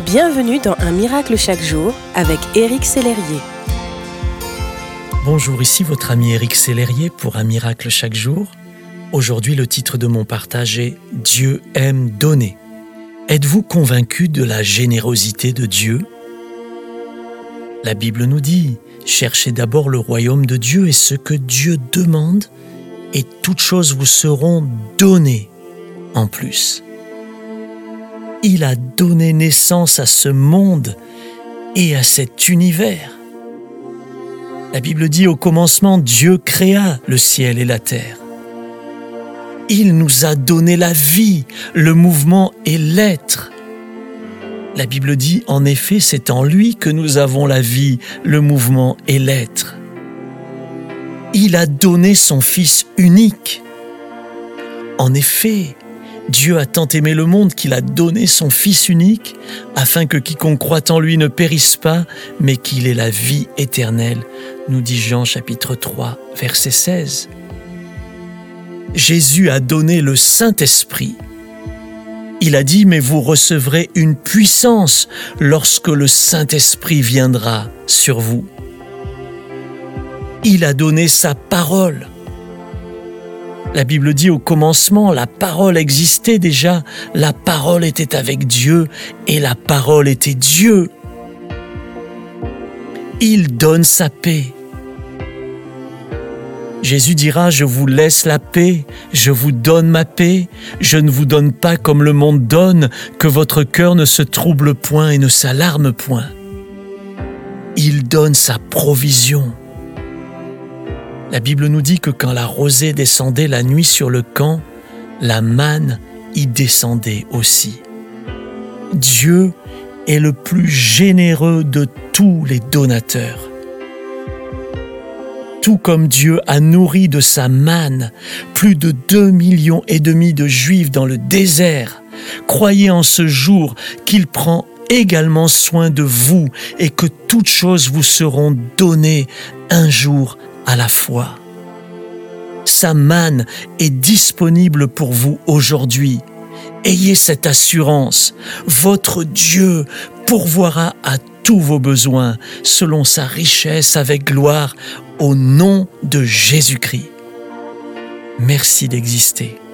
Bienvenue dans Un miracle chaque jour avec Éric Sellerier. Bonjour, ici votre ami Éric Sellerier pour Un miracle chaque jour. Aujourd'hui, le titre de mon partage est « Dieu aime donner ». Êtes-vous convaincu de la générosité de Dieu ? La Bible nous dit « Cherchez d'abord le royaume de Dieu et ce que Dieu demande, et toutes choses vous seront données en plus ». Il a donné naissance à ce monde et à cet univers. La Bible dit au commencement, Dieu créa le ciel et la terre. Il nous a donné la vie, le mouvement et l'être. La Bible dit, en effet, c'est en lui que nous avons la vie, le mouvement et l'être. Il a donné son Fils unique. En effet, Dieu a tant aimé le monde qu'il a donné son Fils unique afin que quiconque croit en lui ne périsse pas, mais qu'il ait la vie éternelle, nous dit Jean chapitre 3, verset 16. Jésus a donné le Saint-Esprit. Il a dit « Mais vous recevrez une puissance lorsque le Saint-Esprit viendra sur vous. » Il a donné sa parole. La Bible dit au commencement, la parole existait déjà, la parole était avec Dieu et la parole était Dieu. Il donne sa paix. Jésus dira, je vous laisse la paix, je vous donne ma paix, je ne vous donne pas comme le monde donne, que votre cœur ne se trouble point et ne s'alarme point. Il donne sa provision. La Bible nous dit que quand la rosée descendait la nuit sur le camp, la manne y descendait aussi. Dieu est le plus généreux de tous les donateurs. Tout comme Dieu a nourri de sa manne plus de 2,5 millions de Juifs dans le désert, croyez en ce jour qu'il prend également soin de vous et que toutes choses vous seront données un jour à la fois. Sa manne est disponible pour vous aujourd'hui. Ayez cette assurance. Votre Dieu pourvoira à tous vos besoins selon sa richesse avec gloire au nom de Jésus-Christ. Merci d'exister.